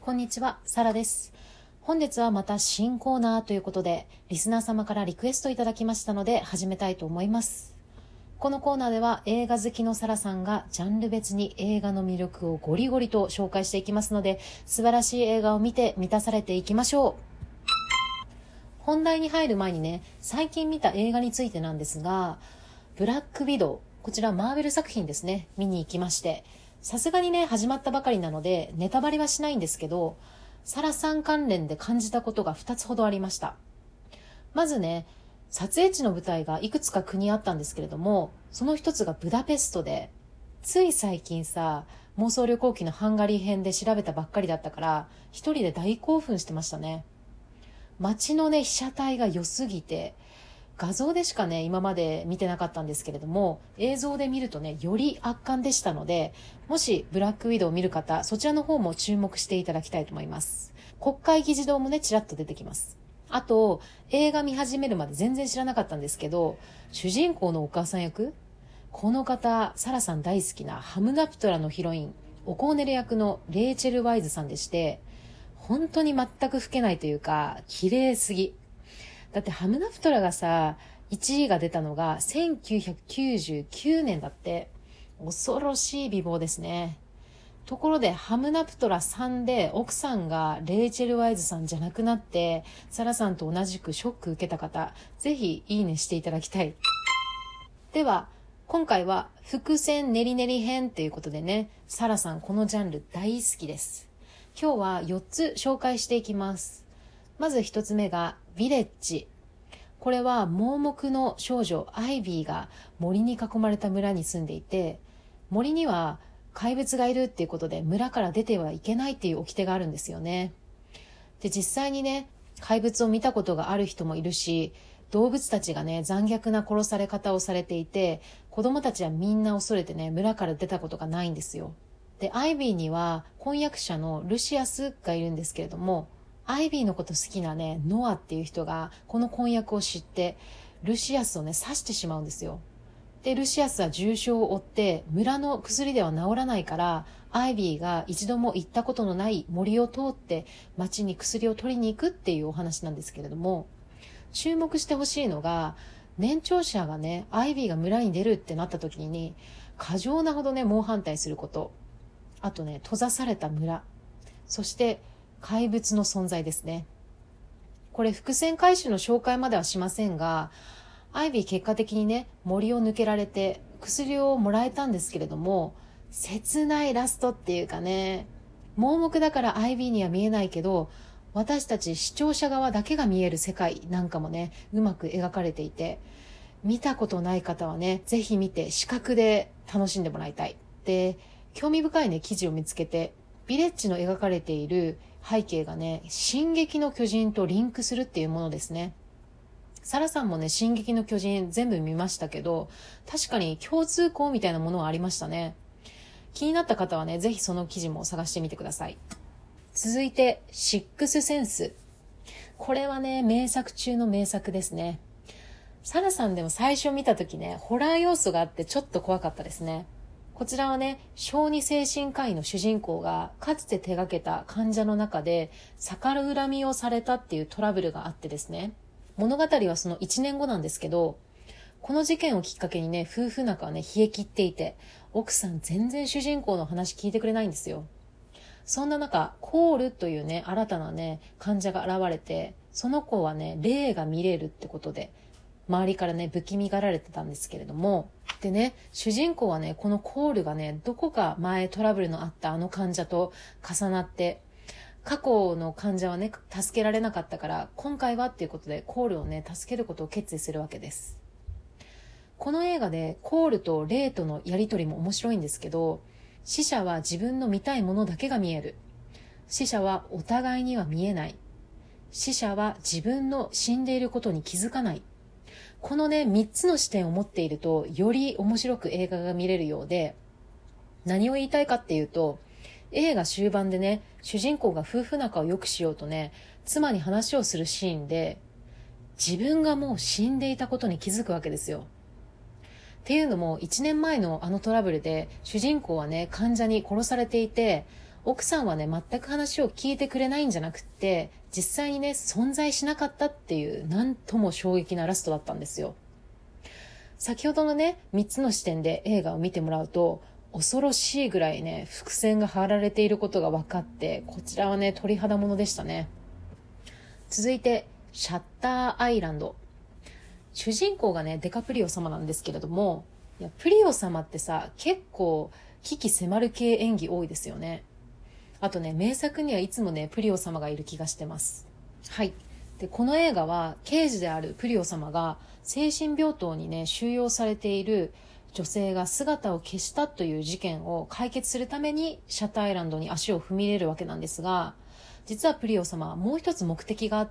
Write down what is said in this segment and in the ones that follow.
こんにちは、サラです。本日はまた新コーナーということで、リスナー様からリクエストいただきましたので始めたいと思います。このコーナーでは映画好きのサラさんがジャンル別に映画の魅力をゴリゴリと紹介していきますので、素晴らしい映画を見て満たされていきましょう。本題に入る前にね、最近見た映画についてなんですが、ブラックウィドウ、こちらマーベル作品ですね、見に行きまして、さすがにね、始まったばかりなのでネタバレはしないんですけど、サラさん関連で感じたことが2つほどありました。まずね、撮影地の舞台がいくつか国あったんですけれども、その一つがブダペストで、つい最近さ、妄想旅行記のハンガリー編で調べたばっかりだったから、一人で大興奮してましたね。街のね、被写体が良すぎて、画像でしかね、今まで見てなかったんですけれども、映像で見るとね、より圧巻でしたので、もしブラックウィドウを見る方、そちらの方も注目していただきたいと思います。国会議事堂もね、ちらっと出てきます。あと、映画見始めるまで全然知らなかったんですけど、主人公のお母さん役、この方、サラさん大好きなハムナプトラのヒロイン、オコーネル役のレイチェル・ワイズさんでして、本当に全く老けないというか、綺麗すぎ。だってハムナプトラがさ、1位が出たのが1999年だって。恐ろしい美貌ですね。ところでハムナプトラ3で奥さんがレイチェル・ワイズさんじゃなくなって、サラさんと同じくショック受けた方、ぜひいいねしていただきたい。では、今回は伏線練り練り編ということでね、サラさんこのジャンル大好きです。今日は4つ紹介していきます。まず1つ目がヴィレッジ。これは盲目の少女アイビーが森に囲まれた村に住んでいて、森には怪物がいるっていうことで村から出てはいけないっていう掟があるんですよね。で、実際にね、怪物を見たことがある人もいるし、動物たちがね、残虐な殺され方をされていて、子供たちはみんな恐れてね、村から出たことがないんですよ。で、アイビーには婚約者のルシアスがいるんですけれども、アイビーのこと好きなね、ノアっていう人がこの婚約を知って、ルシアスをね、刺してしまうんですよ。で、ルシアスは重傷を負って、村の薬では治らないから、アイビーが一度も行ったことのない森を通って町に薬を取りに行くっていうお話なんですけれども、注目してほしいのが、年長者がね、アイビーが村に出るってなった時に、過剰なほどね、猛反対すること。あとね、閉ざされた村。そして、怪物の存在ですね。これ伏線回収の紹介まではしませんが、アイビー結果的にね、森を抜けられて薬をもらえたんですけれども、切ないラストっていうかね、盲目だからアイビーには見えないけど、私たち視聴者側だけが見える世界なんかもね、うまく描かれていて、見たことない方はね、ぜひ見て視覚で楽しんでもらいたい。で、興味深いね、記事を見つけて、ヴィレッジの描かれている背景がね、進撃の巨人とリンクするっていうものですね。サラさんもね、進撃の巨人全部見ましたけど、確かに共通項みたいなものはありましたね。気になった方はね、ぜひその記事も探してみてください。続いて、シックスセンス。これはね、名作中の名作ですね。サラさんでも最初見た時ね、ホラー要素があってちょっと怖かったですね。こちらはね、小児精神科医の主人公がかつて手掛けた患者の中で逆恨みをされたっていうトラブルがあってですね、物語はその1年後なんですけど、この事件をきっかけにね、夫婦仲はね、冷え切っていて、奥さん全然主人公の話聞いてくれないんですよ。そんな中、コールというね、新たなね、患者が現れて、その子はね、霊が見れるってことで、周りからね、不気味がられてたんですけれども、でね、主人公はね、このコールがね、どこか前トラブルのあったあの患者と重なって、過去の患者はね、助けられなかったから、今回はっていうことでコールをね、助けることを決意するわけです。この映画でコールと霊とのやりとりも面白いんですけど、死者は自分の見たいものだけが見える。死者はお互いには見えない。死者は自分の死んでいることに気づかない。このね、3つの視点を持っていると、より面白く映画が見れるようで、何を言いたいかっていうと、映画終盤でね、主人公が夫婦仲を良くしようとね、妻に話をするシーンで、自分がもう死んでいたことに気づくわけですよ。っていうのも、1年前のあのトラブルで、主人公はね、患者に殺されていて、 奥さんはね、全く話を聞いてくれないんじゃなくって、実際にね、存在しなかったっていう、なんとも衝撃なラストだったんですよ。先ほどのね、3つの視点で映画を見てもらうと、恐ろしいぐらいね、伏線が張られていることが分かって、こちらはね、鳥肌ものでしたね。続いて、シャッターアイランド。主人公がね、デカプリオ様なんですけれども、いや、プリオ様ってさ、結構、鬼気迫る系演技多いですよね。あとね、名作にはいつもね、プリオ様がいる気がしてます。はい。で、この映画は、刑事であるプリオ様が、精神病棟にね、収容されている女性が姿を消したという事件を解決するために、シャッターアイランドに足を踏み入れるわけなんですが、実はプリオ様はもう一つ目的があって、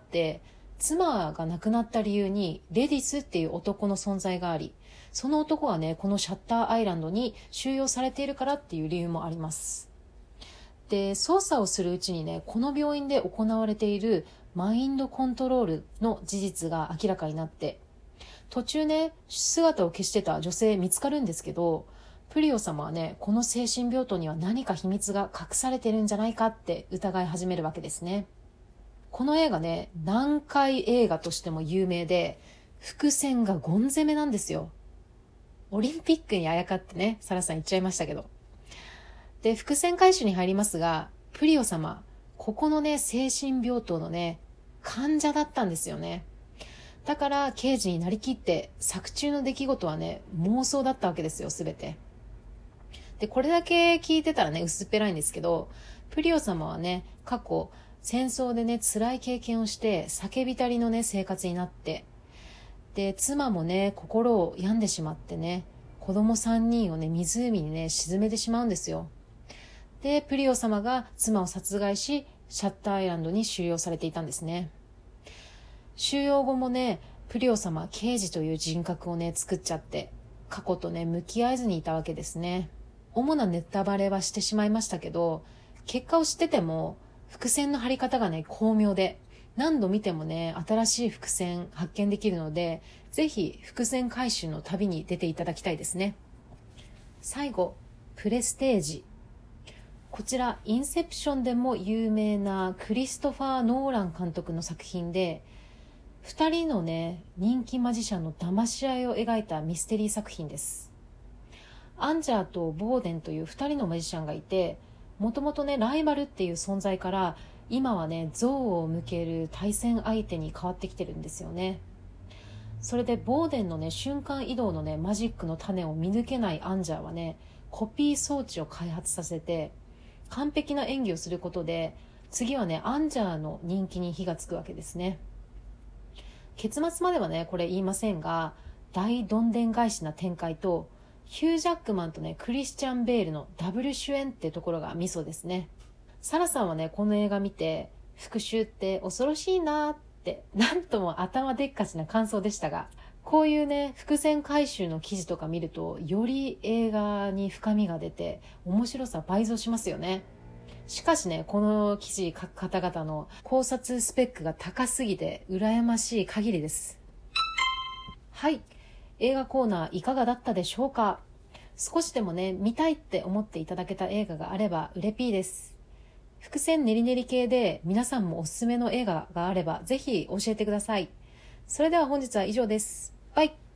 妻が亡くなった理由に、レディスっていう男の存在があり、その男がね、このシャッターアイランドに収容されているからっていう理由もあります。で、捜査をするうちにね、この病院で行われているマインドコントロールの事実が明らかになって、途中ね、姿を消してた女性見つかるんですけど、プリオ様はね、この精神病棟には何か秘密が隠されてるんじゃないかって疑い始めるわけですね。この映画ね、難解映画としても有名で、伏線がゴン攻めなんですよ。オリンピックにあやかってね、サラさん言っちゃいましたけど。で、伏線回収に入りますが、プリオ様、ここのね、精神病棟のね、患者だったんですよね。だから刑事になりきって、作中の出来事はね、妄想だったわけですよ、すべて。で、これだけ聞いてたらね、薄っぺらいんですけど、プリオ様はね、過去、戦争でね、辛い経験をして、叫びたりのね、生活になって、で、妻もね、心を病んでしまってね、子供3人をね、湖にね、沈めてしまうんですよ。で、プリオ様が妻を殺害し、シャッターアイランドに収容されていたんですね。収容後もね、プリオ様、刑事という人格をね、作っちゃって、過去とね、向き合えずにいたわけですね。主なネタバレはしてしまいましたけど、結果を知ってても、伏線の張り方がね、巧妙で、何度見てもね、新しい伏線発見できるので、ぜひ伏線回収の旅に出ていただきたいですね。最後、プレステージ。こちら、インセプションでも有名なクリストファー・ノーラン監督の作品で、2人のね、人気マジシャンの騙し合いを描いたミステリー作品です。アンジャーとボーデンという2人のマジシャンがいて、もともとね、ライバルっていう存在から、今はね、憎悪を向ける対戦相手に変わってきてるんですよね。それでボーデンのね、瞬間移動のね、マジックの種を見抜けないアンジャーはね、コピー装置を開発させて、完璧な演技をすることで、次はね、アンジャーの人気に火がつくわけですね。結末まではね、これ言いませんが、大どんでん返しな展開と、ヒュー・ジャックマンとね、クリスチャン・ベールのダブル主演ってところがミソですね。サラさんはね、この映画見て、復讐って恐ろしいなーって、なんとも頭でっかちな感想でしたが、こういうね、伏線回収の記事とか見ると、より映画に深みが出て、面白さ倍増しますよね。しかしね、この記事書く方々の考察スペックが高すぎて、羨ましい限りです。はい。映画コーナーいかがだったでしょうか？少しでもね、見たいって思っていただけた映画があれば、うれぴーです。伏線練り練り系で皆さんもおすすめの映画があればぜひ教えてください。それでは本日は以上です。バイ。